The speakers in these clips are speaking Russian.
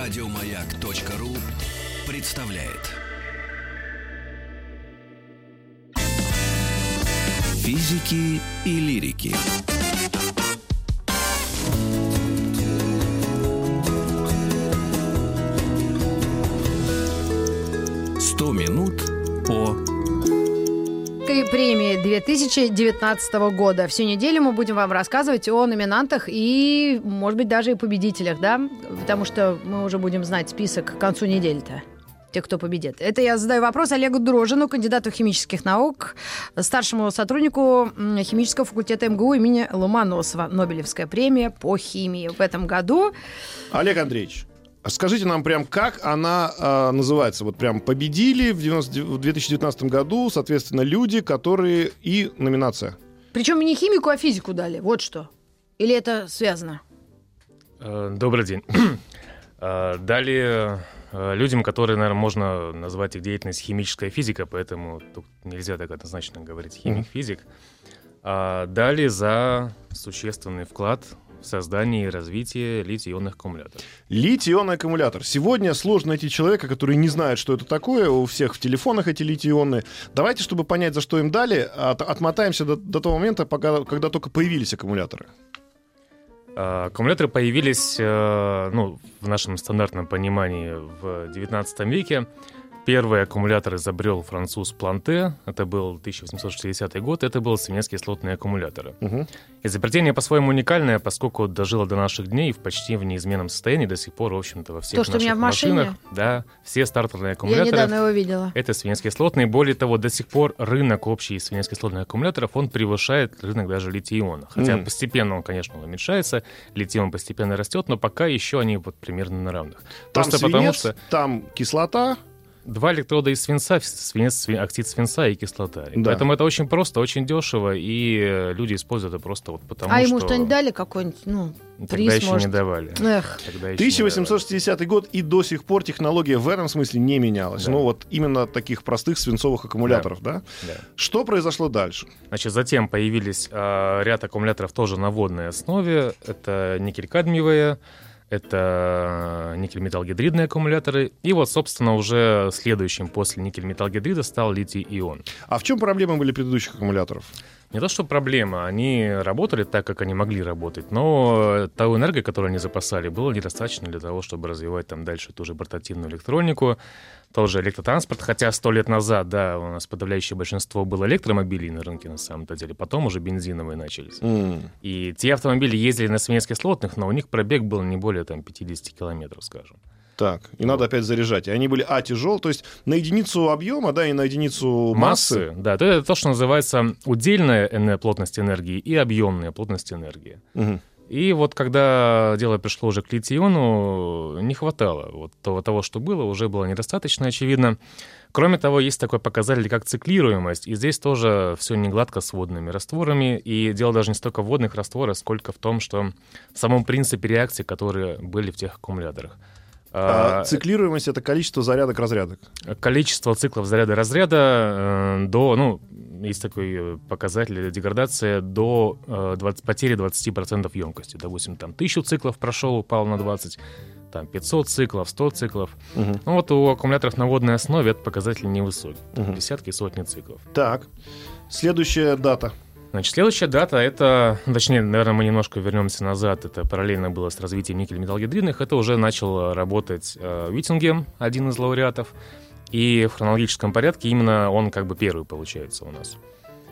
Радиомаяк.ру представляет физики и лирики. «100 минут по...» Премии 2019 года. Всю неделю мы будем вам рассказывать о номинантах и, может быть, даже и победителях, да? Потому что мы уже будем знать список к концу недели-то. Те, кто победит. Это я задаю вопрос Олегу Дрожину, кандидату химических наук, старшему сотруднику химического факультета МГУ имени Ломоносова. Нобелевская премия по химии в этом году. Олег Андреевич, скажите нам прям, как она называется? Вот прям победили в 2019 году, соответственно, люди, которые и номинация. Причем не химику, а физику дали. Вот что. Или это связано? Добрый день. Дали людям, которые, наверное, можно назвать их деятельность химическая физика, поэтому тут нельзя так однозначно говорить химик-физик. Дали за существенный вклад в создании и развитии литий-ионных аккумуляторов. Литий-ионный аккумулятор. Сегодня сложно найти человека, который не знает, что это такое. У всех в телефонах эти литий-ионные. Давайте, чтобы понять, за что им дали, отмотаемся до того момента, когда только появились аккумуляторы. Аккумуляторы появились, в нашем стандартном понимании, в XIX веке. Первый аккумулятор изобрел француз Планте, это был 1860 год, это был свинец-кислотные аккумуляторы. Изобретение по-своему уникальное, поскольку дожило до наших дней почти в неизменном состоянии до сих пор, в общем-то, во всех наших машинах. У меня в машине? Да, все стартерные аккумуляторы. Я недавно его видела. Это свинец-кислотные. Более того, до сих пор рынок общий свинец-кислотных аккумуляторов, он превышает рынок даже литий-иона. Хотя постепенно он, конечно, уменьшается, литий-ион постепенно растет, но пока еще они вот примерно на равных. Там Просто свинец, потому что там кислота. Два электрода из свинца, оксид свинца и кислота. Да. Поэтому это очень просто, очень дешево, и люди используют это просто вот потому, что... А ему что-нибудь дали, какой-нибудь, приз, тогда еще может? не давали. 1860 год, и до сих пор технология в этом смысле не менялась. Да. Вот именно таких простых свинцовых аккумуляторов, да? Да. Что произошло дальше? Значит, затем появились ряд аккумуляторов тоже на водной основе. Это никель-кадмиевые, это никель-металлгидридные аккумуляторы. И вот, собственно, уже следующим после никель-металлгидрида стал литий-ион. А в чем проблемы были предыдущих аккумуляторов? Не то, что проблема. Они работали так, как они могли работать, но той энергии, которую они запасали, было недостаточно для того, чтобы развивать там дальше ту же портативную электронику, тоже электротранспорт. Хотя 100 лет назад, да, у нас подавляющее большинство было электромобилей на рынке, на самом-то деле. Потом уже бензиновые начались. И те автомобили ездили на свинец-кислотных, но у них пробег был не более 50 километров, скажем. Так, и надо опять заряжать. И они были тяжелые, то есть на единицу объема, да, и на единицу массы. Да, это то, что называется удельная плотность энергии и объемная плотность энергии. И вот когда дело пришло уже к литий-иону, не хватало. Вот того, что было, уже было недостаточно, очевидно. Кроме того, есть такой показатель, как циклируемость. И здесь тоже все не гладко с водными растворами. И дело даже не столько в водных растворах, сколько в том, что в самом принципе реакций, которые были в тех аккумуляторах. Циклируемость — это количество зарядок-разрядок. Количество циклов заряда-разряда есть такой показатель, деградация до потери 20% емкости. Допустим, там 1000 циклов прошел, упал на 20, там 500 циклов, 100 циклов. У аккумуляторов на водной основе этот показатель невысокий. Десятки, сотни циклов. Так, следующая дата. Значит, следующая дата, наверное, мы немножко вернемся назад, это параллельно было с развитием никель-металлгидридных, это уже начал работать Виттингем, один из лауреатов, и в хронологическом порядке именно он первый получается у нас.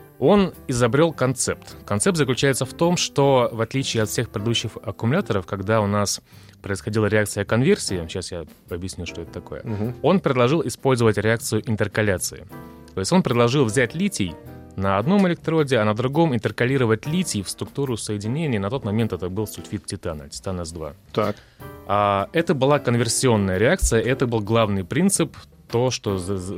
Он изобрел концепт. Концепт заключается в том, что в отличие от всех предыдущих аккумуляторов, когда у нас происходила реакция конверсии, сейчас я объясню, что это такое, он предложил использовать реакцию интеркаляции. То есть он предложил взять литий на одном электроде, а на другом интеркалировать литий в структуру соединений. На тот момент это был сульфид титана, титан С2. Так. Это была конверсионная реакция, это был главный принцип, что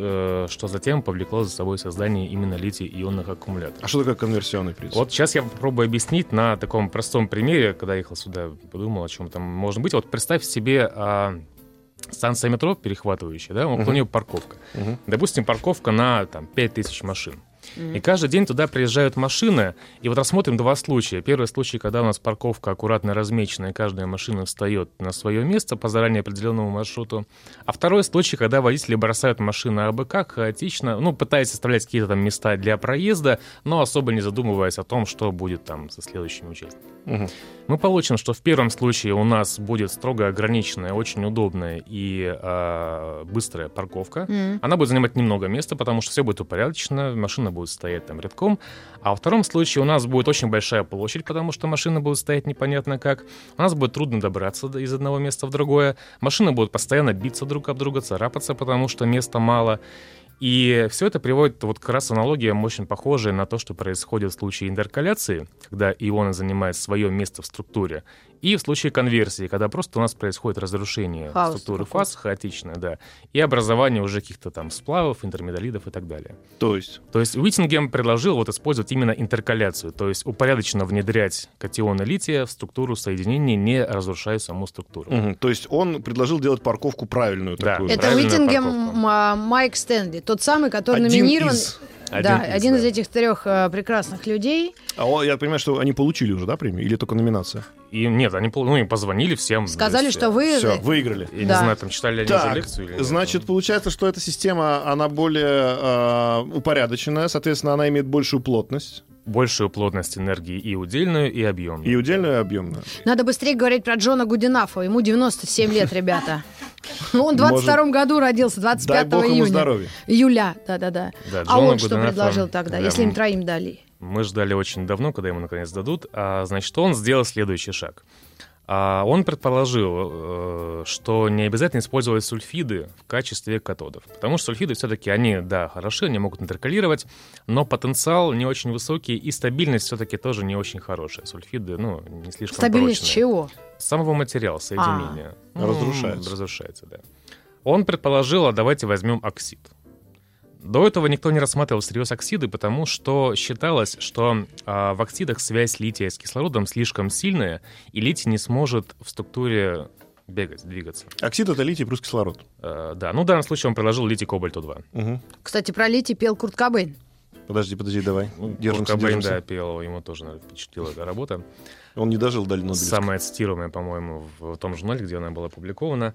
затем повлекло за собой создание именно литий-ионных аккумуляторов. А что такое конверсионный принцип? Вот сейчас я попробую объяснить на таком простом примере, когда ехал сюда, подумал, о чем там может быть. Вот представь себе станция метро перехватывающая, да, около нее парковка. Допустим, парковка на 5000 машин. И каждый день туда приезжают машины. И вот рассмотрим два случая. Первый случай, когда у нас парковка аккуратно размечена, и каждая машина встает на свое место по заранее определенному маршруту. А второй случай, когда водители бросают машины абы как, хаотично, пытаясь оставлять какие-то там места для проезда, но особо не задумываясь о том, что будет там со следующими участками. Мы получим, что в первом случае у нас будет строго ограниченная, очень удобная и быстрая парковка. Она будет занимать немного места, потому что все будет упорядочено, машина будет стоять там рядком. А во втором случае у нас будет очень большая площадь, потому что машины будут стоять непонятно как. У нас будет трудно добраться из одного места в другое. Машины будут постоянно биться друг об друга, царапаться, потому что места мало. И все это приводит вот как раз аналогиям очень похожие на то, что происходит в случае интеркаляции, когда ионы занимают свое место в структуре, и в случае конверсии, когда просто у нас происходит разрушение структуры фаз, хаотичное, да, и образование уже каких-то там сплавов, интермедалидов и так далее. То есть Уиттингем предложил вот использовать именно интеркаляцию, то есть упорядоченно внедрять катионы лития в структуру соединения, не разрушая саму структуру. То есть он предложил делать парковку правильную такую. Это Уиттингем Майк Стэнли, тот самый, который номинирован... Один из этих трех прекрасных людей. Я понимаю, что они получили уже, да, премию? Или только номинация? Нет, они им позвонили всем. Сказали, что вы... Все, выиграли. Я не знаю, там читали они уже лекцию или нет. Значит, получается, что эта система, она более упорядоченная, соответственно, она имеет большую плотность. Большую плотность энергии и удельную, и объемную. И удельную, и объемную. Надо быстрее говорить про Джона Гудинафа. Ему 97 лет, ребята. Он в 22-м году родился, 25 июля. Да. А он что предложил тогда, если им троим дали? Мы ждали очень давно, когда ему наконец дадут. Значит, он сделал следующий шаг. Он предположил, что не обязательно использовать сульфиды в качестве катодов. Потому что сульфиды все-таки, они, хороши, они могут интеркалировать, но потенциал не очень высокий, и стабильность все-таки тоже не очень хорошая. Сульфиды, не слишком стабильность прочные. Чего? Самого материала, соединения. Разрушается, да. Он предположил, давайте возьмем оксид. До этого никто не рассматривал всерьез оксиды, потому что считалось, что в оксидах связь лития с кислородом слишком сильная, и литий не сможет в структуре двигаться. Оксид — это литий плюс кислород. В данном случае он предложил литий кобальту-2. Кстати, про литий пел Курт Кобейн. Подожди, давай. Курт Кобейн, пел, ему тоже впечатлила эта работа. Он не дожил до Нобелевской. Самая цитируемая, по-моему, в том журнале, где она была опубликована.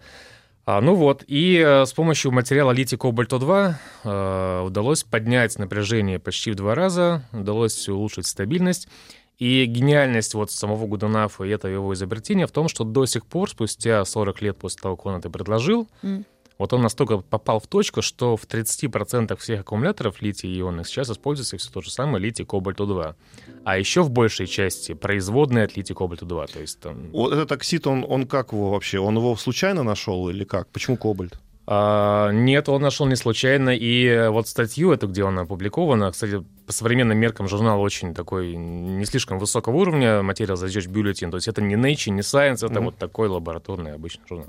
И с помощью материала литий-кобальту-2 удалось поднять напряжение почти в 2 раза, удалось улучшить стабильность. И гениальность самого Гуденафа и этого его изобретения в том, что до сих пор, спустя 40 лет после того, как он это предложил, он настолько попал в точку, что в 30% всех аккумуляторов литий-ионных сейчас используется все то же самое литий-кобальту-2. А еще в большей части производные от литий-кобальту-2. То есть, Вот этот оксид, он как его вообще? Он его случайно нашел или как? Почему кобальт? Нет, он нашел не случайно. И вот статью эту, где она опубликована, кстати, по современным меркам журнал очень такой не слишком высокого уровня, Materials Research Bulletin. То есть это не Nature, не Science, это вот такой лабораторный обычный журнал.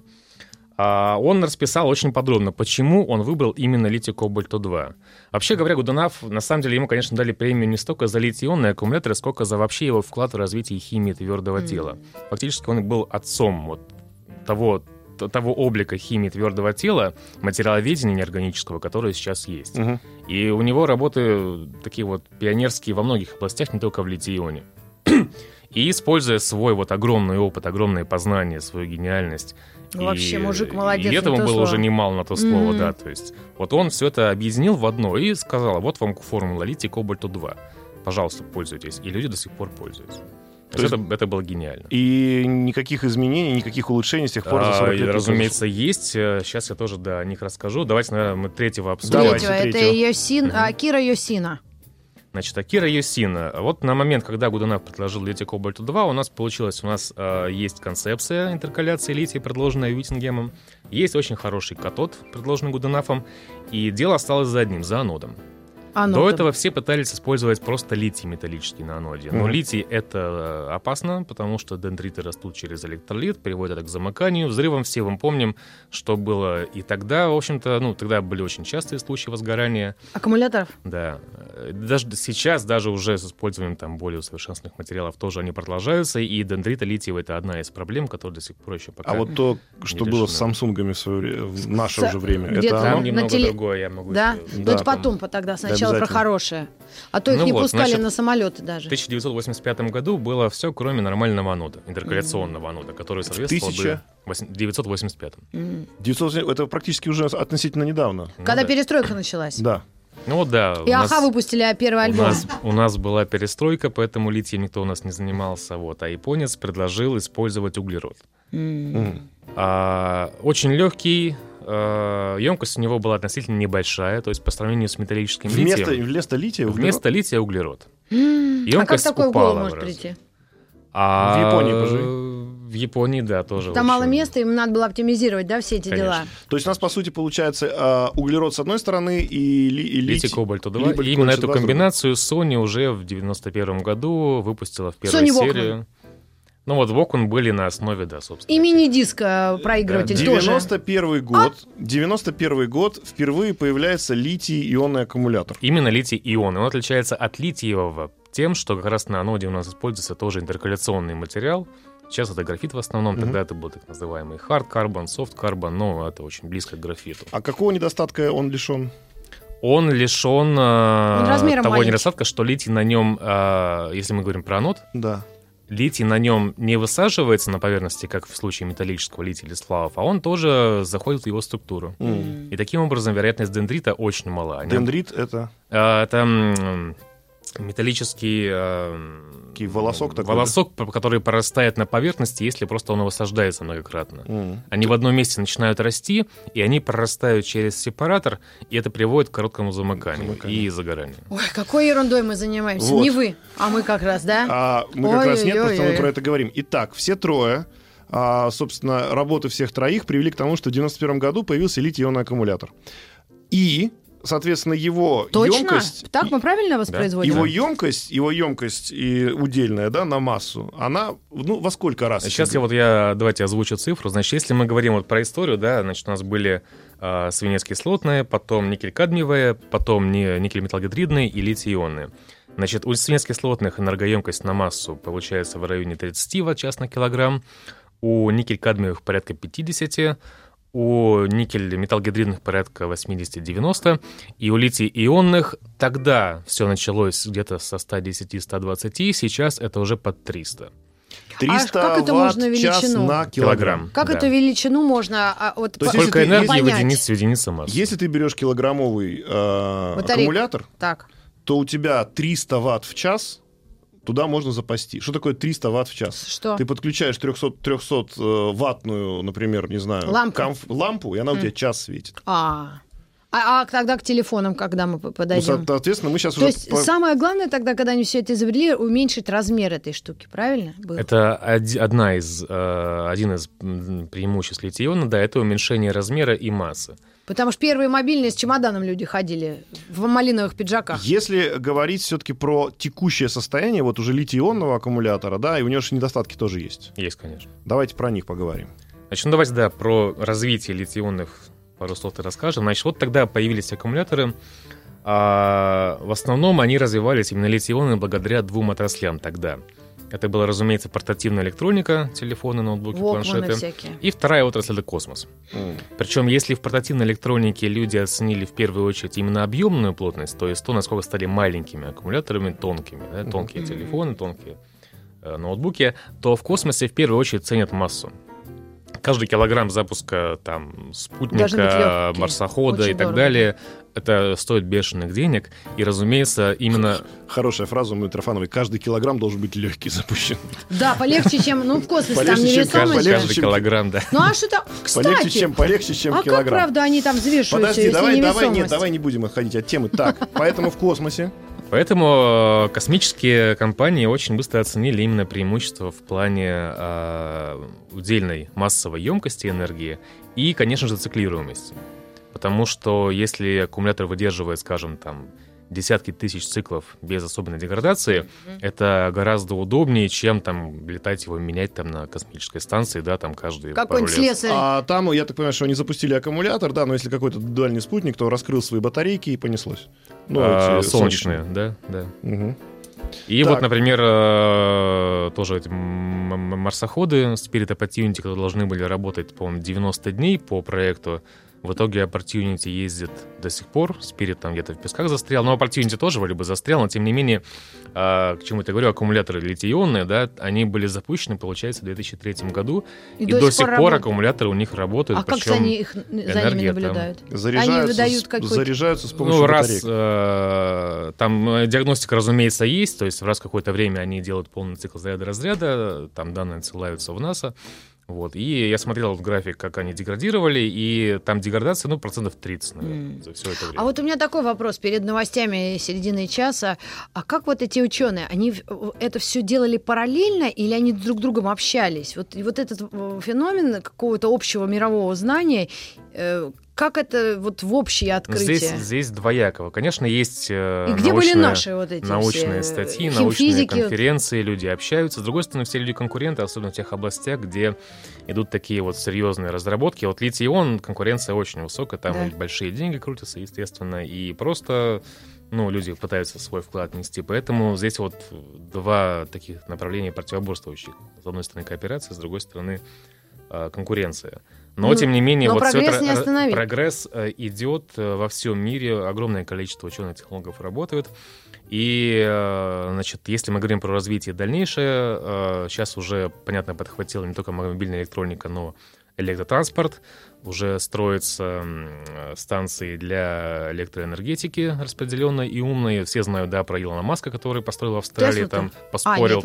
Он расписал очень подробно, почему он выбрал именно литий-кобальту-2. Вообще говоря, Гуденаф, на самом деле, ему, конечно, дали премию не столько за литий-ионные аккумуляторы, сколько за вообще его вклад в развитие химии твердого тела. Фактически он был отцом того облика химии твердого тела, материаловедения неорганического, который сейчас есть. И у него работы такие пионерские во многих областях, не только в литий-ионе. И используя свой огромный опыт, огромное познание, свою гениальность. Вообще, мужик молодец. И этому было уже немало на то слово, да. То есть он все это объединил в одно и сказал, вот вам формула литий-кобальту-2. Пожалуйста, пользуйтесь. И люди до сих пор пользуются. То есть это было гениально. И никаких изменений, никаких улучшений с тех пор за 40 лет? Разумеется, есть. Сейчас я тоже о них расскажу. Давайте, наверное, мы третьего обсудим. Это Акира Йосина. Значит, Акира Йосина. Вот на момент, когда Гуденаф предложил литий-кобальту-2, у нас есть концепция интеркаляции лития, предложенная Уиттингемом. Есть очень хороший катод, предложенный Гуденафом. И дело осталось за одним, за анодом. До этого все пытались использовать просто литий металлический на аноде. Но литий — это опасно, потому что дендриты растут через электролит, приводят это к замыканию, взрывам. Все мы помним, что было и тогда, в общем-то, тогда были очень частые случаи возгорания. Аккумуляторов? Да. Даже сейчас, даже уже с использованием более усовершенствованных материалов, тоже они продолжаются, и дендрита литиевая — это одна из проблем, которая до сих пор еще пока не решена. Что было с Самсунгами в наше уже время, это там немного другое, я могу... Да? Это потом тогда. Сначала сначала про обязательно. хорошее. А то их не пускали на самолеты даже. В 1985 году было все, кроме нормального анода, интеркаляционного анода, который соответствовал бы 1985. 980 это практически уже относительно недавно. Когда перестройка началась. Да. Ну да. И АХ выпустили первый альбом. У нас была перестройка, поэтому литием никто у нас не занимался. Вот, а японец предложил использовать углерод. Очень легкий, емкость у него была относительно небольшая, то есть по сравнению с металлическим литием. Вместо лития углерод? Вместо лития углерод. А как такое в голову может прийти? В Японии пожи. В Японии, да, тоже. Там мало места, им надо было оптимизировать, да, все эти дела. То есть у нас, по сути, получается углерод с одной стороны и литий кобальт-2. И именно эту комбинацию Sony уже в 91 году выпустила в первой серии. Ну вот Walkman были на основе, да, собственно. И мини-диск проигрыватель тоже. 91 год впервые появляется литий-ионный аккумулятор. Именно литий-ион. Он отличается от литиевого тем, что как раз на аноде у нас используется тоже интеркаляционный материал. Сейчас это графит в основном, тогда это был так называемый hard carbon, soft carbon, но это очень близко к графиту. А какого недостатка он лишен? Он лишен того маленький. недостатка, что литий на нем, если мы говорим про анод, да. Литий на нем не высаживается на поверхности, как в случае металлического лития или сплавов, а он тоже заходит в его структуру. И таким образом вероятность дендрита очень мала. Дендрит это? Это металлический волосок такой? Волосок, который прорастает на поверхности, если просто он высаждается многократно. Они в одном месте начинают расти, и они прорастают через сепаратор, и это приводит к короткому замыканию и загоранию. Ой, какой ерундой мы занимаемся. Вот. Не вы, а мы как раз, да? Мы как раз нет, просто мы про это говорим. Итак, все трое, собственно, работы всех троих привели к тому, что в 91 году появился литий-ионный аккумулятор. И... соответственно, его емкость... Так мы правильно воспроизводим? Его емкость и удельная, да, на массу, она, во сколько раз? Сейчас давайте озвучу цифру. Значит, если мы говорим вот про историю, да, значит, у нас были свинец-кислотные, потом никель-кадмиевые, потом никель-металлгидридные и литий-ионные. Значит, у свинец-кислотных энергоемкость на массу получается в районе 30 Вт/час на килограмм, у никель-кадмиевых порядка 50, у никель-металлгидридных порядка 80-90, и у литий-ионных тогда все началось где-то со 110-120, сейчас это уже под 300. 300 Вт/час на килограмм. Как эту величину можно... Сколько энергии в единице массы? Если ты берешь килограммовый аккумулятор, то у тебя 300 Вт в час туда можно запасти. Что такое 300 Вт в час? Что? Ты подключаешь 300-ваттную, например, не знаю, лампу, и она у тебя час светит. А тогда к телефонам, когда мы подойдем? Соответственно, мы сейчас То есть самое главное тогда, когда они все это изобрели, уменьшить размер этой штуки, правильно? Это один из преимуществ литий-иона, да, это уменьшение размера и массы. Потому что первые мобильные с чемоданом люди ходили в малиновых пиджаках. Если говорить все-таки про текущее состояние вот уже литий-ионного аккумулятора, да, и у него же недостатки тоже есть. Есть, конечно. Давайте про них поговорим. Значит, давайте, про развитие литий-ионных пару слов расскажем. Значит, вот тогда появились аккумуляторы. В основном они развивались именно литий-ионные благодаря двум отраслям тогда. Это была, разумеется, портативная электроника, телефоны, ноутбуки, планшеты. Всякие. И вторая отрасль — это космос. Причем, если в портативной электронике люди оценили в первую очередь именно объемную плотность, то есть то, насколько стали маленькими аккумуляторами, тонкими, да, тонкие телефоны, тонкие ноутбуки, то в космосе в первую очередь ценят массу. Каждый килограмм запуска спутника, марсохода и так далее, это стоит бешеных денег. И, разумеется, именно... Хорошая фраза у Митрофановой. Каждый килограмм должен быть легкий запущен. Да, полегче, чем... в космосе там невесомость. Каждый килограмм, да. Ну, а что-то... Кстати... Полегче, чем килограмм. А как, правда, они там взвешиваются, Подожди, давай не будем отходить от темы. Так, поэтому в космосе... Поэтому космические компании очень быстро оценили именно преимущество в плане удельной массовой емкости энергии и, конечно же, циклируемости. Потому что если аккумулятор выдерживает, скажем, там, десятки тысяч циклов без особенной деградации, это гораздо удобнее, чем там летать его, менять там на космической станции, да, там каждый пару лет. Слесарь. А там, я так понимаю, что они запустили аккумулятор, да, но если какой-то дальний спутник, то раскрыл свои батарейки и понеслось. Солнечные, да. Угу. И так. Вот, например, тоже эти марсоходы Spirit Opportunity, которые должны были работать, по-моему, 90 дней по проекту, В итоге Opportunity ездит до сих пор, Spirit там где-то в песках застрял, но Opportunity тоже вроде бы застрял, но тем не менее, к чему я говорю, аккумуляторы литий-ионные, да, они были запущены, получается, в 2003 году, и до сих пор аккумуляторы у них работают. А как за ними наблюдают? Заряжаются с помощью батареек. Там диагностика, разумеется, есть, то есть раз в какое-то время они делают полный цикл заряда-разряда, там данные отсылаются в НАСА. Вот. И я смотрел график, как они деградировали, и там деградация, 30%, наверное, за все это время. А вот у меня такой вопрос перед новостями середины часа. А как вот эти ученые, они это все делали параллельно или они друг с другом общались? Вот этот феномен какого-то общего мирового знания, как это вот в общее открытие? Здесь двояково. Конечно, есть научные статьи, научные конференции, люди общаются. С другой стороны, все люди конкуренты, особенно в тех областях, где идут такие вот серьезные разработки. Вот литий-ион, конкуренция очень высокая, там и большие деньги крутятся, естественно, и просто люди пытаются свой вклад внести. Поэтому здесь вот два таких направления противоборствующих. С одной стороны кооперация, с другой стороны конкуренция. Но, тем не менее, вот прогресс идет во всем мире, огромное количество ученых-технологов работают. И, если мы говорим про развитие дальнейшее, сейчас уже, понятно, подхватила не только мобильная электроника, но электротранспорт. Уже строятся станции для электроэнергетики распределенной и умной. Все знают, про Илона Маска, который построил в Австралии, там поспорил,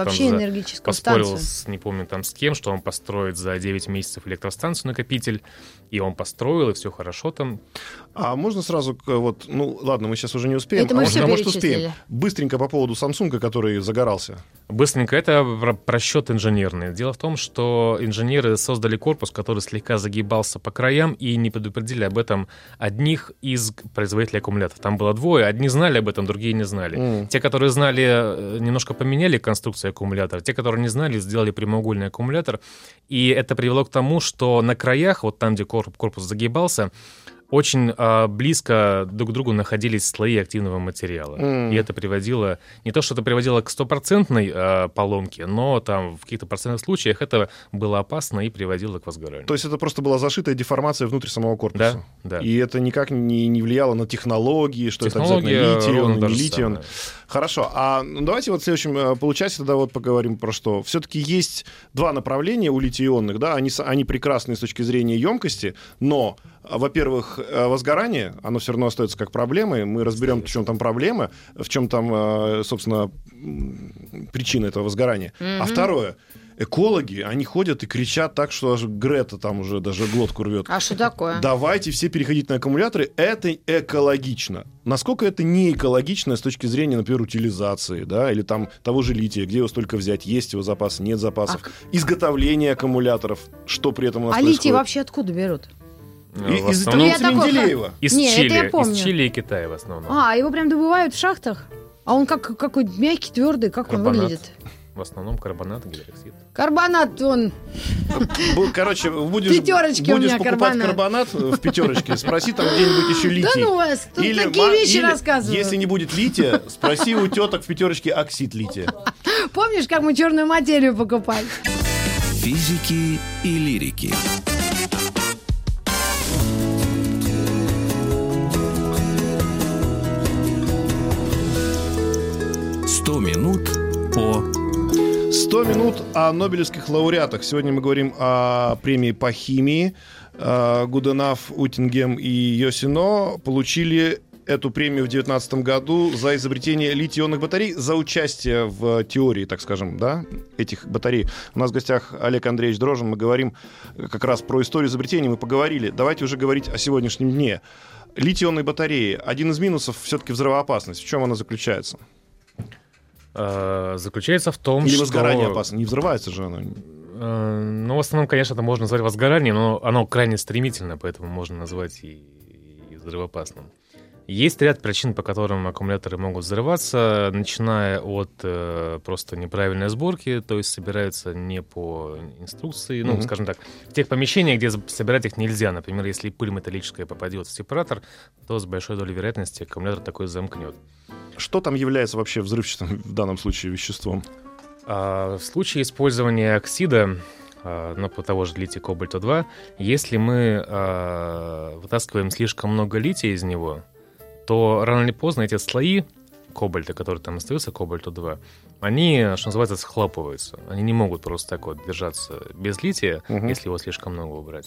не помню с кем, что он построит за 9 месяцев электростанцию-накопитель, и он построил, и все хорошо там. А можно сразу, ладно, мы сейчас уже не успеем, может успеем. Быстренько по поводу Samsung, который загорался. Быстренько, это просчет инженерный. Дело в том, что инженеры создали корпус, который слегка загибался по краям и не предупредили об этом одних из производителей аккумуляторов. Там было двое, одни знали об этом, другие не знали. Те, которые знали, немножко поменяли конструкцию аккумулятора, те, которые не знали, сделали прямоугольный аккумулятор, и это привело к тому, что на краях, вот там, где корпус загибался, очень близко друг к другу находились слои активного материала. И это приводило, не то, что это приводило к 100% поломке, но там в каких-то процентных случаях это было опасно и приводило к возгоранию. То есть это просто была зашитая деформация внутри самого корпуса? Да. И это никак не влияло на технологии, что это обязательно литий-ион, не литий-ион. Хорошо, давайте в следующем получасе тогда поговорим про что. Все-таки есть два направления у литий-ионных, они прекрасны с точки зрения емкости, но, во-первых, возгорание, оно все равно остается как проблемой. Мы разберем, в чем там проблема, в чем там, собственно, причина этого возгорания. А второе, экологи, они ходят и кричат так, что аж Грета там уже даже глотку рвет. А что такое? Давайте все переходить на аккумуляторы, это экологично. Насколько это не экологично с точки зрения, например, утилизации, или там того же лития, где его столько взять, есть его запас, нет запасов, изготовление аккумуляторов, что при этом у нас происходит. А литий вообще откуда берут? Из Менделеева. Из Чили и Китая в основном. Его прям добывают в шахтах? А он какой мягкий, твердый, как он выглядит? В основном карбонат, гидроксид. Карбонат, Короче, будешь покупать карбонат в пятерочке, спроси там где-нибудь еще литий. Да ну вас, тут такие вещи рассказывают. Если не будет лития, спроси у теток в пятерочке оксид лития. Помнишь, как мы черную материю покупали? Физики и лирики. «100 минут по...» 100 минут о нобелевских лауреатах. Сегодня мы говорим о премии по химии. Гуденаф, Уттингем и Йосино получили эту премию в 2019 году за изобретение литий-ионных батарей, за участие в теории, так скажем, этих батарей. У нас в гостях Олег Андреевич Дрожжин. Мы говорим как раз про историю изобретения. Мы поговорили. Давайте уже говорить о сегодняшнем дне. Литий-ионные батареи. Один из минусов все-таки взрывоопасность. В чем она заключается? Заключается в том, что... Или возгорание опасно, не взрывается же оно. В основном, конечно, это можно назвать возгоранием, но оно крайне стремительно, поэтому можно назвать и взрывоопасным. Есть ряд причин, по которым аккумуляторы могут взрываться, начиная от просто неправильной сборки, то есть собираются не по инструкции, скажем так, в тех помещениях, где собирать их нельзя. Например, если пыль металлическая попадет в сепаратор, то с большой долей вероятности аккумулятор такой замкнет. Что там является вообще взрывчатым в данном случае веществом? В случае использования оксида того же лития кобальта-2, если мы вытаскиваем слишком много лития из него, то рано или поздно эти слои кобальта, которые там остаются, кобальту-2, они, что называется, схлапываются. Они не могут просто так вот держаться без лития, если его слишком много убрать.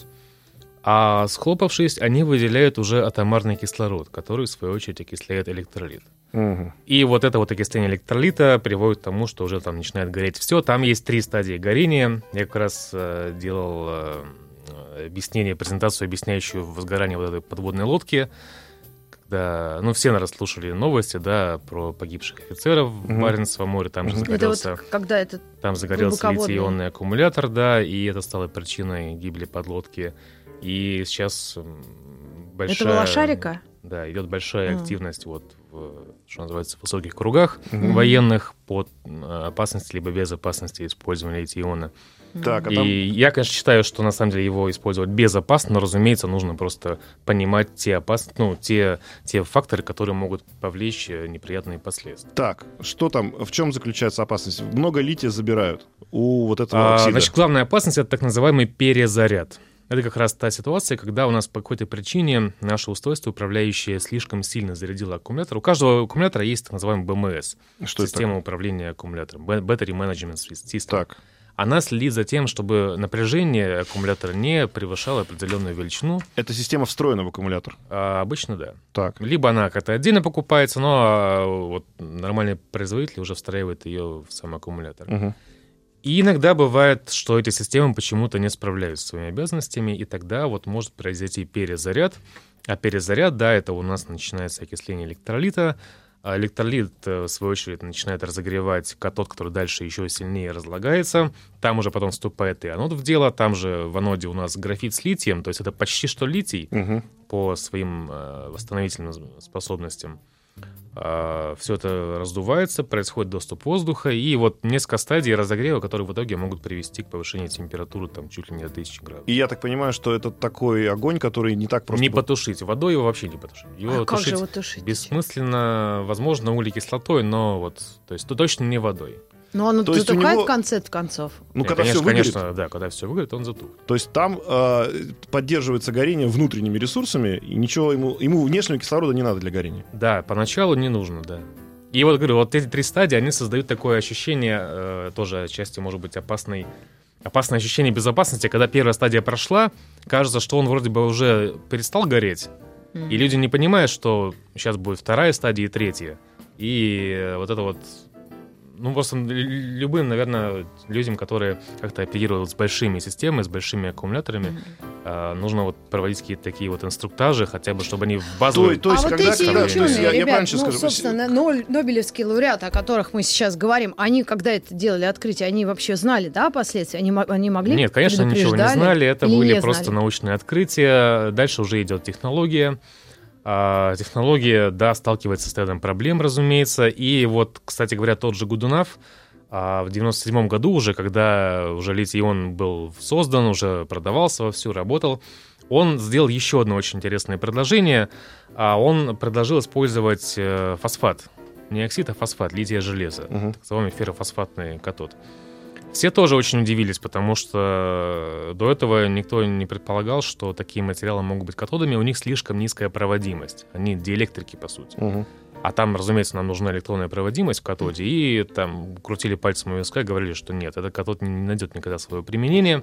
А схлопавшись, они выделяют уже атомарный кислород, который, в свою очередь, окисляет электролит. И вот это вот окисление электролита приводит к тому, что уже там начинает гореть все. Там есть 3 стадии горения. Я как раз делал презентацию, объясняющую возгорание вот этой подводной лодки. Когда, все, наверное, слушали новости, да, про погибших офицеров в Баренцевом море. Там же загорелся, это вот, когда это там загорелся литий-ионный аккумулятор, да, и это стало причиной гибели подлодки. И сейчас большая... Это была шарика? Да, идет большая активность вот что называется, в высоких кругах военных под опасности либо без опасности использования литий-иона. Так, и я, конечно, считаю, что на самом деле его использовать безопасно, но, разумеется, нужно просто понимать те факторы, которые могут повлечь неприятные последствия. Так, что там, в чем заключается опасность? Много лития забирают у вот этого оксида. Значит, главная опасность — это так называемый перезаряд. Это как раз та ситуация, когда у нас по какой-то причине наше устройство, управляющее, слишком сильно зарядило аккумулятор. У каждого аккумулятора есть так называемый БМС. Что система это? управления аккумулятором. Battery Management System. Так. Она следит за тем, чтобы напряжение аккумулятора не превышало определенную величину. Это система встроена в аккумулятор? Обычно да. Так. Либо она как-то отдельно покупается, но вот нормальный производитель уже встраивает ее в сам аккумулятор. Угу. И иногда бывает, что эти системы почему-то не справляются с своими обязанностями, и тогда вот может произойти перезаряд. А перезаряд, да, это у нас начинается окисление электролита. А электролит, в свою очередь, начинает разогревать катод, который дальше еще сильнее разлагается. Там уже потом вступает и анод в дело. Там же в аноде у нас графит с литием, то есть это почти что литий по своим восстановительным способностям. Все это раздувается, происходит доступ воздуха, и вот несколько стадий разогрева, которые в итоге могут привести к повышению температуры там чуть ли не до 1000 градусов. И я так понимаю, что это такой огонь, который не так просто... Не потушить. Водой его вообще не потушить. Его как же его тушить? Бессмысленно, возможно, углекислотой, но вот, то есть точно не водой. Но он затухает в конце концов. Ну, когда все выгорит. Конечно, да, когда все выгорит, он затух. То есть там поддерживается горение внутренними ресурсами, и ничего ему внешнего кислорода не надо для горения. Да, поначалу не нужно, да. И вот говорю, вот эти 3 стадии, они создают такое ощущение, тоже отчасти, может быть, опасное ощущение безопасности, когда первая стадия прошла, кажется, что он вроде бы уже перестал гореть, и люди не понимают, что сейчас будет 2-я стадия и 3-я. И вот это вот... просто любым, наверное, людям, которые как-то оперируют с большими системами, с большими аккумуляторами, нужно вот проводить какие-то такие вот инструктажи, хотя бы, чтобы они в базовой... То есть, вот когда, эти ученые, ребят, скажу, собственно, нобелевские лауреаты, о которых мы сейчас говорим, они, когда это делали открытие, они вообще знали, да, последствия? Они могли? Нет, конечно, ничего не знали, это были не просто знали? Научные открытия. Дальше уже идет технология. Технология, да, сталкивается с рядом проблем, разумеется. И вот, кстати говоря, тот же Годунов в 97 году уже, когда уже литий-ион был создан, уже продавался вовсю, работал, он сделал еще одно очень интересное предложение. Он предложил использовать фосфат. Не оксид, а фосфат, лития-железо. Так называемый феррофосфатный катод. Все тоже очень удивились, потому что до этого никто не предполагал, что такие материалы могут быть катодами, у них слишком низкая проводимость. Они диэлектрики, по сути. А там, разумеется, нам нужна электронная проводимость в катоде, и там крутили пальцем у виска и говорили, что нет, этот катод не найдет никогда своего применения.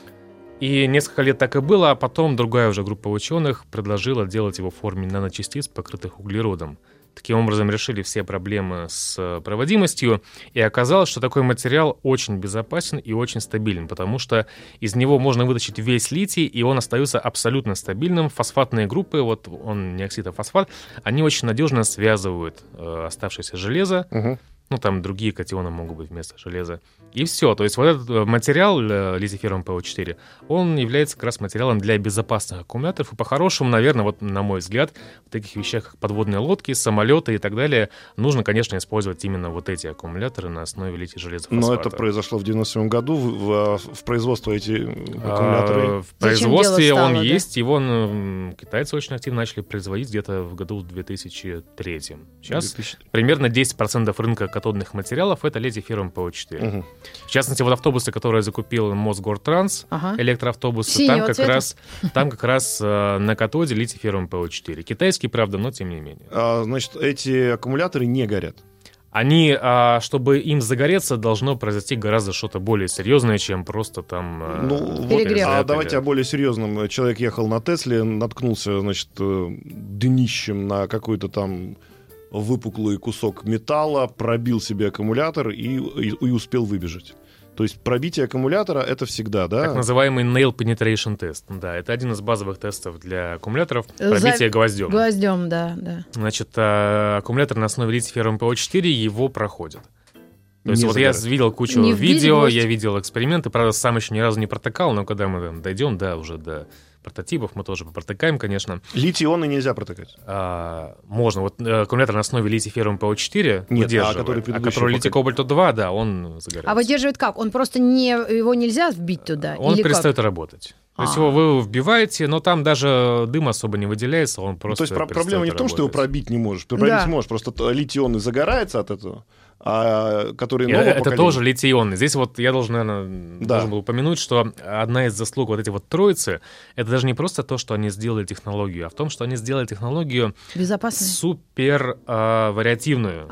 И несколько лет так и было, а потом другая уже группа ученых предложила делать его в форме наночастиц, покрытых углеродом. Таким образом, решили все проблемы с проводимостью, и оказалось, что такой материал очень безопасен и очень стабилен, потому что из него можно вытащить весь литий, и он остается абсолютно стабильным. Фосфатные группы, вот он не оксид, а фосфат, они очень надежно связывают оставшееся железо. Там другие катионы могут быть вместо железа. И все. То есть вот этот материал, литий-феррум ПО4, он является как раз материалом для безопасных аккумуляторов. И по-хорошему, наверное, вот на мой взгляд, в таких вещах, как подводные лодки, самолеты и так далее, нужно, конечно, использовать именно вот эти аккумуляторы на основе литий-железофосфата. Но это произошло в 97 году. В производство эти аккумуляторы... В производстве он есть. Его китайцы очень активно начали производить где-то в году 2003. Сейчас примерно 10% рынка, который катодных материалов — это литий феррум ПО4. В частности, вот автобусы, которые закупил Мосгортранс, электроавтобусы, там как раз на катоде литий феррум ПО4. Китайский, правда, но тем не менее. Значит, эти аккумуляторы не горят? Они, чтобы им загореться, должно произойти гораздо что-то более серьезное, чем просто там... перегрев. Давайте о более серьезном. Человек ехал на Тесле, наткнулся, значит, днищем на какой-то там выпуклый кусок металла, пробил себе аккумулятор и успел выбежать. То есть пробитие аккумулятора — это всегда, да? Так называемый nail penetration тест. Да, это один из базовых тестов для аккумуляторов. Пробитие гвоздем. Гвоздем, да. Значит, аккумулятор на основе литий феррум ПО4 его проходит. То есть вот я видел кучу видео, я видел эксперименты, правда, сам еще ни разу не протыкал, но когда мы там дойдем, уже до прототипов, мы тоже попротыкаем, конечно. Литий-ионы нельзя протыкать? Можно. Вот аккумулятор на основе литий феррум ПО4 выдерживает, который литий кобальт-2, да, он загорается. А выдерживает как? Он просто его нельзя вбить туда? Он перестает работать. То есть его вы вбиваете, но там даже дым особо не выделяется, он просто. То есть проблема не в том, что его пробить не можешь. Пробить можешь, просто литий-ионы загорается от этого. Которые нового это поколения. тоже литий-ионный. Здесь вот я должен был упомянуть, что одна из заслуг вот этой вот троицы — это даже не просто то, что они сделали технологию, а в том, что они сделали технологию супер вариативную.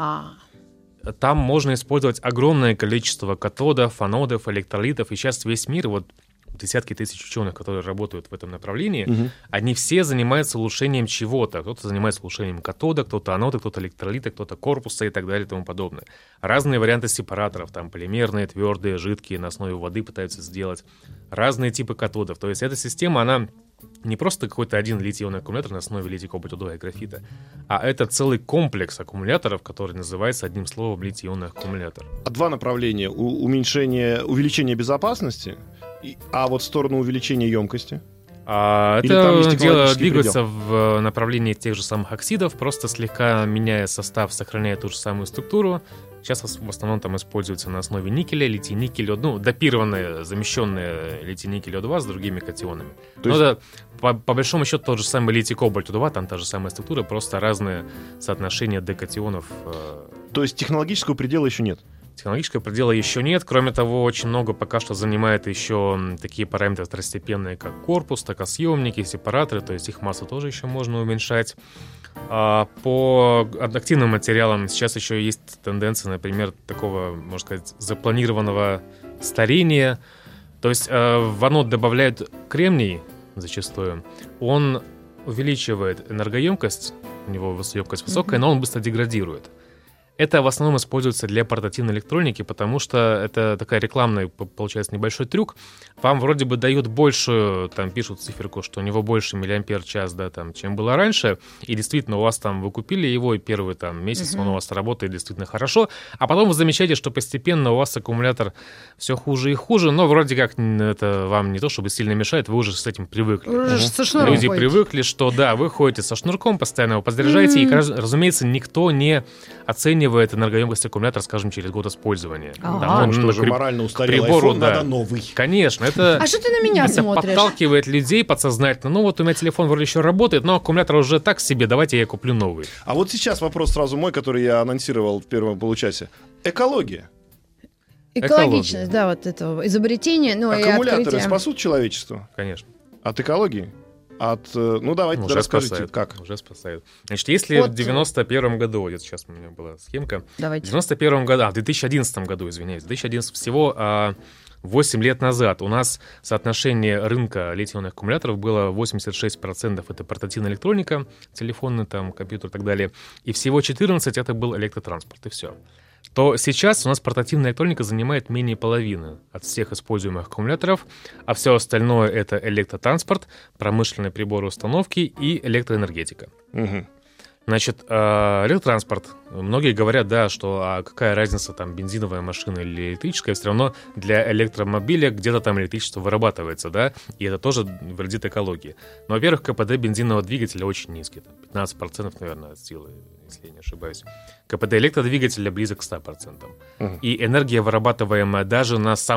Там можно использовать огромное количество катодов, анодов, электролитов, и сейчас весь мир, вот десятки тысяч ученых, которые работают в этом направлении, они все занимаются улучшением чего-то. Кто-то занимается улучшением катода, кто-то анода, кто-то электролита, кто-то корпуса и так далее и тому подобное. Разные варианты сепараторов, там полимерные, твердые, жидкие, на основе воды пытаются сделать. Разные типы катодов. То есть эта система, она не просто какой-то один литий-ионный аккумулятор на основе литий-кобальт-2 и графита, а это целый комплекс аккумуляторов, который называется одним словом литий-ионный аккумулятор. Два направления: увеличение безопасности, а вот в сторону увеличения емкости. Это дело двигается в направлении тех же самых оксидов, просто слегка меняя состав, сохраняя ту же самую структуру. Сейчас в основном там используется на основе никеля, литий-никель, допированное, замещенное литий-никель-2 с другими катионами. По большому счету тот же самый литий-кобальт-2, там та же самая структура, просто разные соотношения декатионов. То есть технологического предела еще нет? Технологического предела еще нет. Кроме того, очень много пока что занимает еще такие параметры второстепенные, как корпус, токосъемники, сепараторы, то есть их массу тоже еще можно уменьшать. По активным материалам сейчас еще есть тенденция, например, такого, можно сказать, запланированного старения. То есть в анод добавляют кремний зачастую. Он увеличивает энергоемкость, у него емкость высокая, но он быстро деградирует. Это в основном используется для портативной электроники, потому что это такая рекламная, получается, небольшой трюк. Вам вроде бы дают большую, там пишут циферку, что у него больше миллиампер-час, да, там, чем было раньше, и действительно у вас там вы купили его, и первый там месяц он у вас работает действительно хорошо, а потом вы замечаете, что постепенно у вас аккумулятор все хуже и хуже, но вроде как это вам не то чтобы сильно мешает, вы уже с этим привыкли. Люди привыкли, что да, вы ходите со шнурком, постоянно его подзаряжаете, и, разумеется, никто не оценивает энергоемкость аккумулятора, скажем, через год использования. Там, что уже морально устарел, iPhone надо новый. Конечно, это, что ты на меня смотришь? Подталкивает людей подсознательно. Ну вот у меня телефон вроде еще работает, но аккумулятор уже так себе, давайте я куплю новый. А вот сейчас вопрос сразу мой, который я анонсировал в первом получасе. Экология. Экологичность, да, вот этого изобретения. Аккумуляторы спасут человечество? Конечно. От экологии? Давайте расскажите, как. Уже спасают. Значит, если в 91 году, вот сейчас у меня была схемка, давайте. В 2011 году, извиняюсь, 2011 всего 8 лет назад у нас соотношение рынка литий-ионных аккумуляторов было 86%, это портативная электроника, телефоны, там, компьютер и так далее, и всего 14% это был электротранспорт, и все. То сейчас у нас портативная электроника занимает менее половины от всех используемых аккумуляторов, а все остальное — это электротранспорт, промышленные приборы установки и электроэнергетика. Значит, электротранспорт. Многие говорят, да, что какая разница, там, бензиновая машина или электрическая, все равно для электромобиля где-то там электричество вырабатывается, да, и это тоже вредит экологии. Но, во-первых, КПД бензинового двигателя очень низкий, там, 15%, наверное, от силы, если я не ошибаюсь. КПД электродвигателя близок к 100%. И энергия, вырабатываемая даже на самой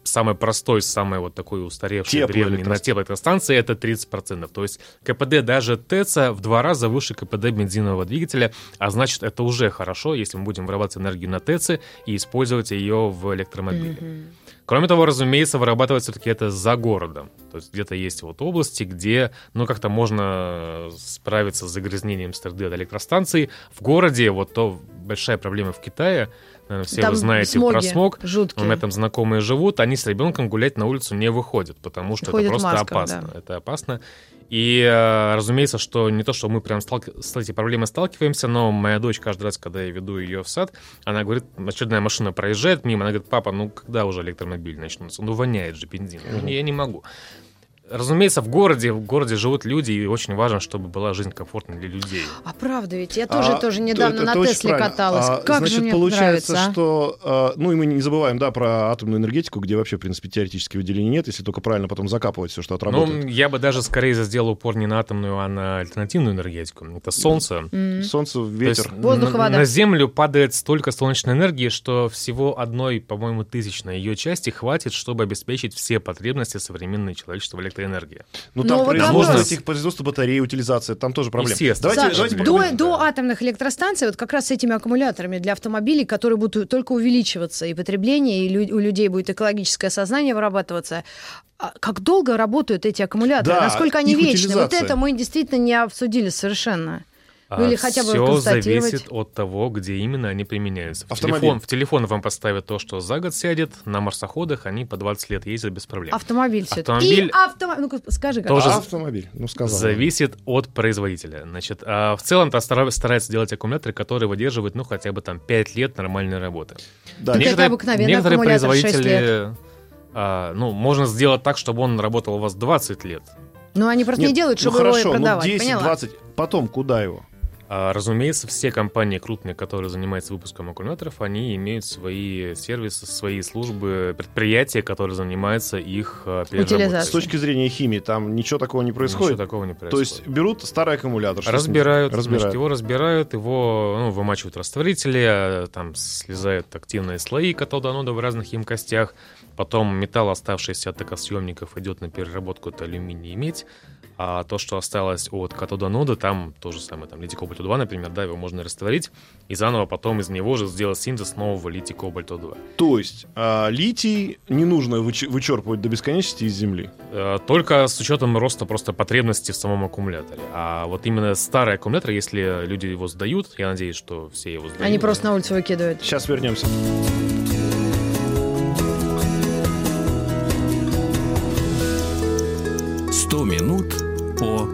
самой простой, самой вот такой устаревшей, древней на теплоэлектростанции это 30%. То есть КПД даже ТЭЦа в 2 раза выше КПД бензинового двигателя, а значит, это уже хорошо, если мы будем вырабатывать энергию на ТЭЦе и использовать ее в электромобиле. Кроме того, разумеется, вырабатывать все-таки это за городом. То есть где-то есть вот области, где, как-то можно справиться с загрязнением среды от электростанции. В городе вот то большая проблема в Китае. Наверное, все там вы знаете смоги про смог. жуткие. У меня там знакомые живут, они с ребенком гулять на улицу не выходят, потому что Ходят это просто масках, опасно. да. Это опасно. И, разумеется, что не то, что мы прям с этой проблемой сталкиваемся, но моя дочь каждый раз, когда я веду ее в сад, она говорит, очередная машина проезжает мимо, она говорит, папа, когда уже электромобиль начнутся? Воняет же бензин. Я не могу. Разумеется, в городе живут люди, и очень важно, чтобы была жизнь комфортной для людей. А правда ведь? Я тоже недавно это на Тесле каталась. Как значит, же мне получается, нравится, что... и мы не забываем, про атомную энергетику, где вообще, в принципе, теоретически выделений нет, если только правильно потом закапывать все, что отработает. Я бы даже скорее сделал упор не на атомную, а на альтернативную энергетику. Это солнце. Солнце, ветер. Воздух, вода. На Землю падает столько солнечной энергии, что всего 1, по-моему, 1000 ее части хватит, чтобы обеспечить все потребности современного человечества в электроэнергии. Там вот производство батарей, утилизация, там тоже проблема. Естественно. Давайте до атомных электростанций, вот как раз с этими аккумуляторами для автомобилей, которые будут только увеличиваться, и потребление, и у людей будет экологическое сознание вырабатываться. Как долго работают эти аккумуляторы? Насколько они вечны? Вот это мы действительно не обсудили совершенно. Или хотя бы все констатировать. зависит от того, где именно они применяются. В телефон вам поставят то, что за год сядет, на марсоходах они по 20 лет ездят без проблем. Автомобиль все-таки. Автомобиль скажи, как. тоже автомобиль, сказал. Зависит от производителя. Значит, в целом-то стараются делать аккумуляторы, которые выдерживают, хотя бы 5 лет нормальной работы. Да. Некоторые производители, можно сделать так, чтобы он работал у вас 20 лет. Но они просто не делают, чтобы его продавать. 10-20, потом куда его? Разумеется, все компании крупные, которые занимаются выпуском аккумуляторов, они имеют свои сервисы, свои службы, предприятия, которые занимаются их переработкой. С точки зрения химии там ничего такого не происходит? Ничего такого не происходит. То есть берут старый аккумулятор. Разбирают. Его разбирают, его вымачивают в растворителе, там слезают активные слои катода-анода в разных емкостях, потом металл, оставшийся от токосъемников, идет на переработку, это алюминий и медь. А то, что осталось от катода-анода, там то же самое, там литий-кобальт-2, например, его можно растворить и заново потом из него же сделать синтез нового литий-кобальта-2. То есть литий не нужно вычерпывать до бесконечности из земли? Только с учетом роста просто потребностей в самом аккумуляторе. А вот именно старый аккумулятор, если люди его сдают, я надеюсь, что все его сдают. Они просто на улицу выкидывают. Сейчас вернемся. Минут по...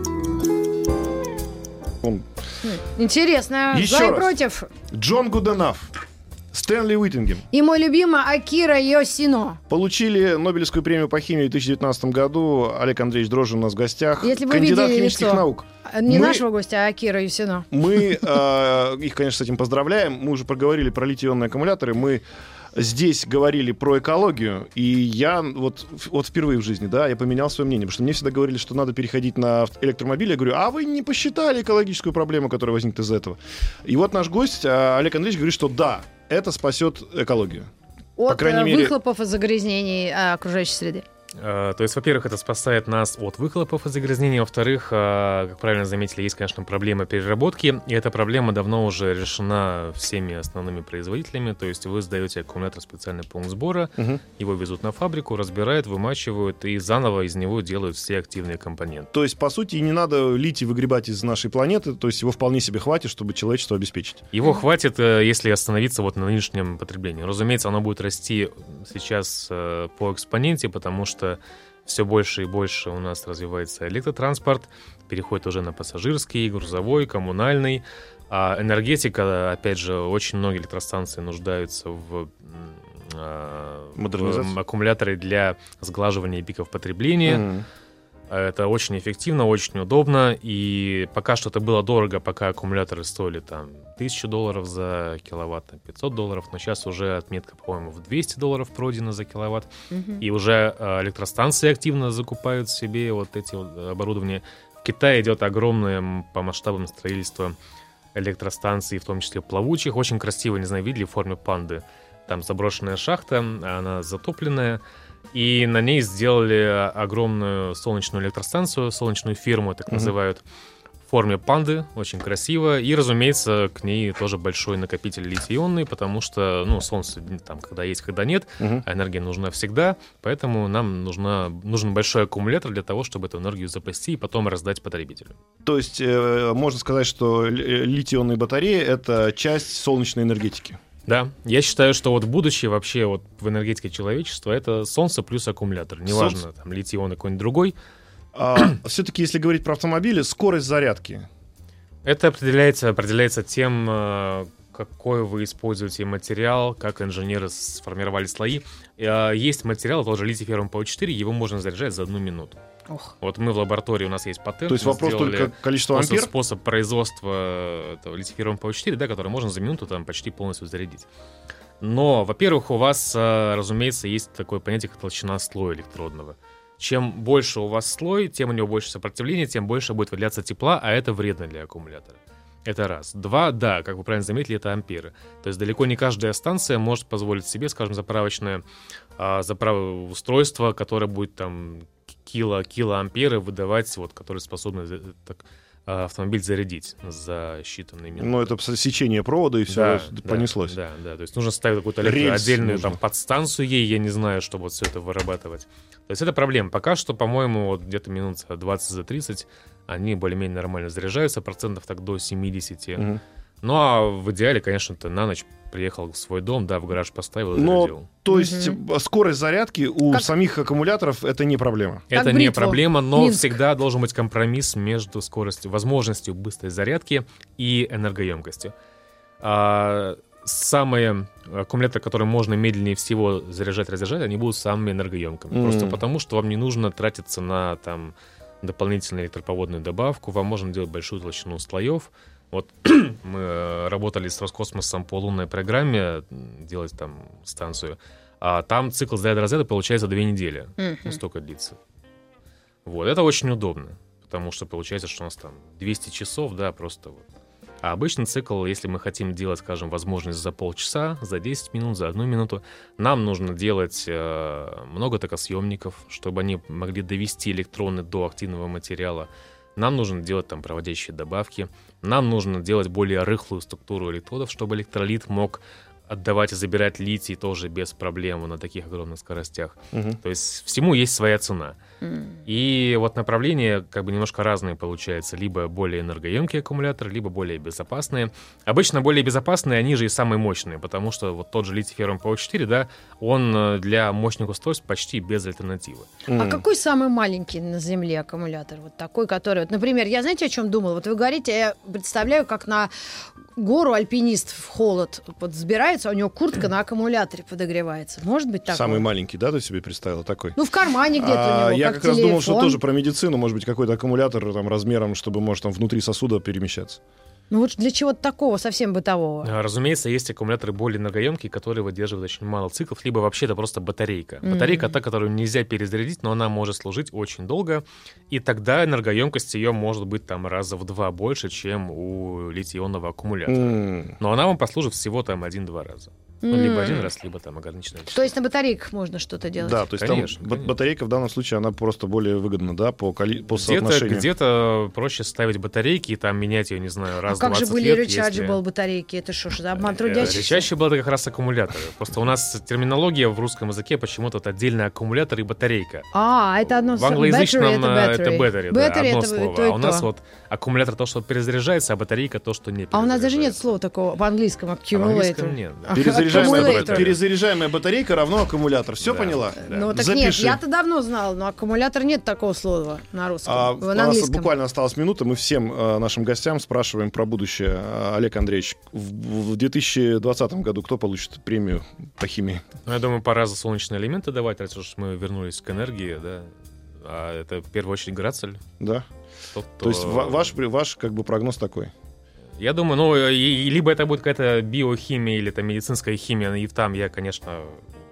Интересно. Еще За и раз. против. Джон Гуденаф, Стэнли Уиттингем и мой любимый Акира Йосино получили Нобелевскую премию по химии в 2019 году. Олег Андреевич Дрожжин у нас в гостях. Если вы кандидат видели химических лицо. наук. Не нашего гостя, а Акира Йосино. Мы их, конечно, с этим поздравляем. Мы уже проговорили про литий-ионные аккумуляторы. Мы здесь говорили про экологию, и я вот впервые в жизни, я поменял свое мнение, потому что мне всегда говорили, что надо переходить на электромобили. Я говорю, а вы не посчитали экологическую проблему, которая возникнет из этого? И вот наш гость Олег Андреевич говорит, что да, это спасет экологию. От по крайней мере, выхлопов и загрязнений окружающей среды. То есть, во-первых, это спасает нас от выхлопов и загрязнений. Во-вторых, как правильно заметили, есть, конечно, проблема переработки. И эта проблема давно уже решена всеми основными производителями. То есть вы сдаете аккумулятор в специальный пункт сбора, его везут на фабрику, разбирают, вымачивают и заново из него делают все активные компоненты. То есть, по сути, не надо литий выгребать из нашей планеты. То есть его вполне себе хватит, чтобы человечество обеспечить. Его хватит, если остановиться на нынешнем потреблении. Разумеется, оно будет расти сейчас по экспоненте, потому что все больше и больше у нас развивается электротранспорт, переходит уже на пассажирский, грузовой, коммунальный. А энергетика, опять же, очень многие электростанции нуждаются в аккумуляторы для сглаживания пиков потребления. Это очень эффективно, очень удобно. И пока что это было дорого, пока аккумуляторы стоили $1000 за киловатт, $500, но сейчас уже отметка, по-моему, в $200 пройдена за киловатт. И уже электростанции активно закупают себе вот эти оборудования. В Китае идет огромное по масштабам строительство электростанций, в том числе плавучих. Очень красиво, не знаю, видели, в форме панды. Там заброшенная шахта, она затопленная. И на ней сделали огромную солнечную электростанцию, солнечную ферму, так называют, в форме панды, очень красиво. И, разумеется, к ней тоже большой накопитель литий-ионный, потому что, солнце там когда есть, когда нет, а энергия нужна всегда, поэтому нам нужен большой аккумулятор для того, чтобы эту энергию запасти и потом раздать потребителю. То есть можно сказать, что литий-ионные батареи — это часть солнечной энергетики. Да, я считаю, что вот будущее вообще вот в энергетике человечества — это солнце плюс аккумулятор. Неважно, там литий-ион и какой-нибудь другой. Все-таки, если говорить про автомобили, скорость зарядки. Это определяется тем, какой вы используете материал, как инженеры сформировали слои. Есть материал, тоже литий-феррум PO4, его можно заряжать за 1 минуту. Ох. Вот мы в лаборатории, у нас есть патент. То есть вопрос только количества ампер? Способ производства литий-феррум PO4, да, который можно за минуту там почти полностью зарядить. Но, во-первых, у вас, разумеется, есть такое понятие, как толщина слоя электродного. Чем больше у вас слой, тем у него больше сопротивления, тем больше будет выделяться тепла, а это вредно для аккумулятора. Это раз. 2, да, как вы правильно заметили, это амперы. То есть далеко не каждая станция может позволить себе, скажем, заправочное устройство, которое будет там килоамперы выдавать, вот, которые способны автомобиль зарядить за считанные минуты. Ну, это сечение провода, и все понеслось. Да. То есть нужно ставить какую-то отдельную там подстанцию ей, я не знаю, чтобы вот все это вырабатывать. То есть это проблема. Пока что, по-моему, вот где-то минут 20-30 они более-менее нормально заряжаются, процентов так до 70. Ну, а в идеале, конечно, ты на ночь приехал в свой дом, в гараж поставил и зарядил. То есть скорость зарядки у самих аккумуляторов — это не проблема? Это не проблема, но всегда должен быть компромисс между возможностью быстрой зарядки и энергоемкостью. Самые аккумуляторы, которые можно медленнее всего заряжать, они будут самыми энергоемкими. Просто потому, что вам не нужно тратиться на дополнительную электропроводную добавку, вам можно делать большую толщину слоев. Вот мы работали с Роскосмосом по лунной программе, делать там станцию, а там цикл заряда-разряда получается 2 недели. Столько длится. Вот, это очень удобно, потому что получается, что у нас там 200 часов, просто вот. А обычный цикл, если мы хотим делать, скажем, возможность за полчаса, за 10 минут, за 1 минуту, нам нужно делать много токосъемников, чтобы они могли довести электроны до активного материала. Нам нужно делать там проводящие добавки. Нам нужно делать более рыхлую структуру электродов, чтобы электролит мог отдавать и забирать литий тоже без проблем на таких огромных скоростях. То есть всему есть своя цена. И вот направления как бы немножко разные получаются. Либо более энергоемкие аккумуляторы, либо более безопасные. Обычно более безопасные, они же и самые мощные, потому что вот тот же литий-феррум PO4, он для мощных устройств почти без альтернативы. А какой самый маленький на Земле аккумулятор? Вот такой, который... Вот, например, я знаете, о чем думала? Вот вы говорите, я представляю, как на гору альпинист в холод взбирается, а у него куртка на аккумуляторе подогревается. Может быть такое? Самый маленький, да, ты себе представила такой? Ну, в кармане где-то у него, я как раз думал, что тоже про медицину, может быть, какой-то аккумулятор там размером, чтобы, может, там внутри сосуда перемещаться. Ну вот для чего-то такого, совсем бытового. Разумеется, есть аккумуляторы более энергоемкие, которые выдерживают очень мало циклов, либо вообще это просто батарейка. Батарейка та, которую нельзя перезарядить, но она может служить очень долго, и тогда энергоемкость ее может быть там раза в 2 больше, чем у литий-ионного аккумулятора. Но она вам послужит всего там 1-2 раза. Либо 1 раз, либо там ограниченное число. То есть на батарейках можно что-то делать? Да, то есть конечно, там батарейка в данном случае, она просто более выгодна, да, по соотношению. Где-то проще ставить батарейки и там менять ее, не знаю, раз в 20 лет. Как же были rechargeable батарейки? Это что ж за обман трудящихся? Rechargeable — это как раз аккумуляторы. Просто у нас терминология в русском языке почему-то отдельный аккумулятор и батарейка. Это одно слово. В англоязычном это battery, да, одно это слово. То и а у нас вот аккумулятор то, что перезаряжается, а батарейка то, что не перезаряжается. А у нас даже нет слова такого в английском accumulator. В английском нет, да. Перезаряжаемая батарейка равно аккумулятор. Все поняла? Ну так нет, я-то давно знала, но аккумулятор нет такого слова на русском. У нас буквально осталась минута. Мы всем нашим гостям спрашиваем про будущее. Олег Андреевич, в 2020 году кто получит премию по химии? Я думаю, пора за солнечные элементы давать, раз уж мы вернулись к энергии, да. А это в первую очередь Грацель. Да. То есть ваш как бы прогноз такой? Я думаю, либо это будет какая-то биохимия или там медицинская химия, и там я, конечно,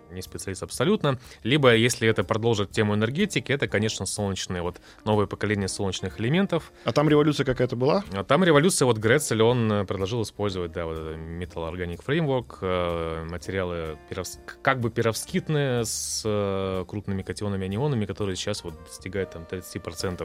не специалист абсолютно. Либо, если это продолжит тему энергетики, это, конечно, солнечные, вот новое поколение солнечных элементов. А там революция какая-то была? А там революция, вот Грецель, он предложил использовать, да, вот это Metal Organic Framework, материалы как бы перовскитные с крупными катионами, анионами, которые сейчас вот достигают там 30%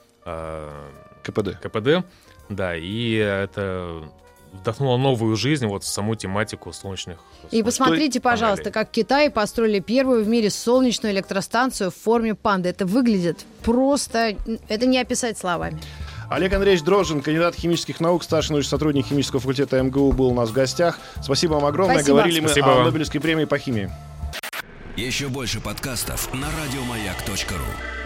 КПД. Да, и это вдохнуло новую жизнь вот в саму тематику солнечных. И посмотрите, пожалуйста, как в Китае построили первую в мире солнечную электростанцию в форме панды. Это выглядит просто... Это не описать словами. Олег Андреевич Дрожжин, кандидат химических наук, старший научный сотрудник химического факультета МГУ, был у нас в гостях. Спасибо вам огромное. Спасибо. Говорили Спасибо мы вам. о Нобелевской премии по химии. Еще больше подкастов на радиомаяк.ру.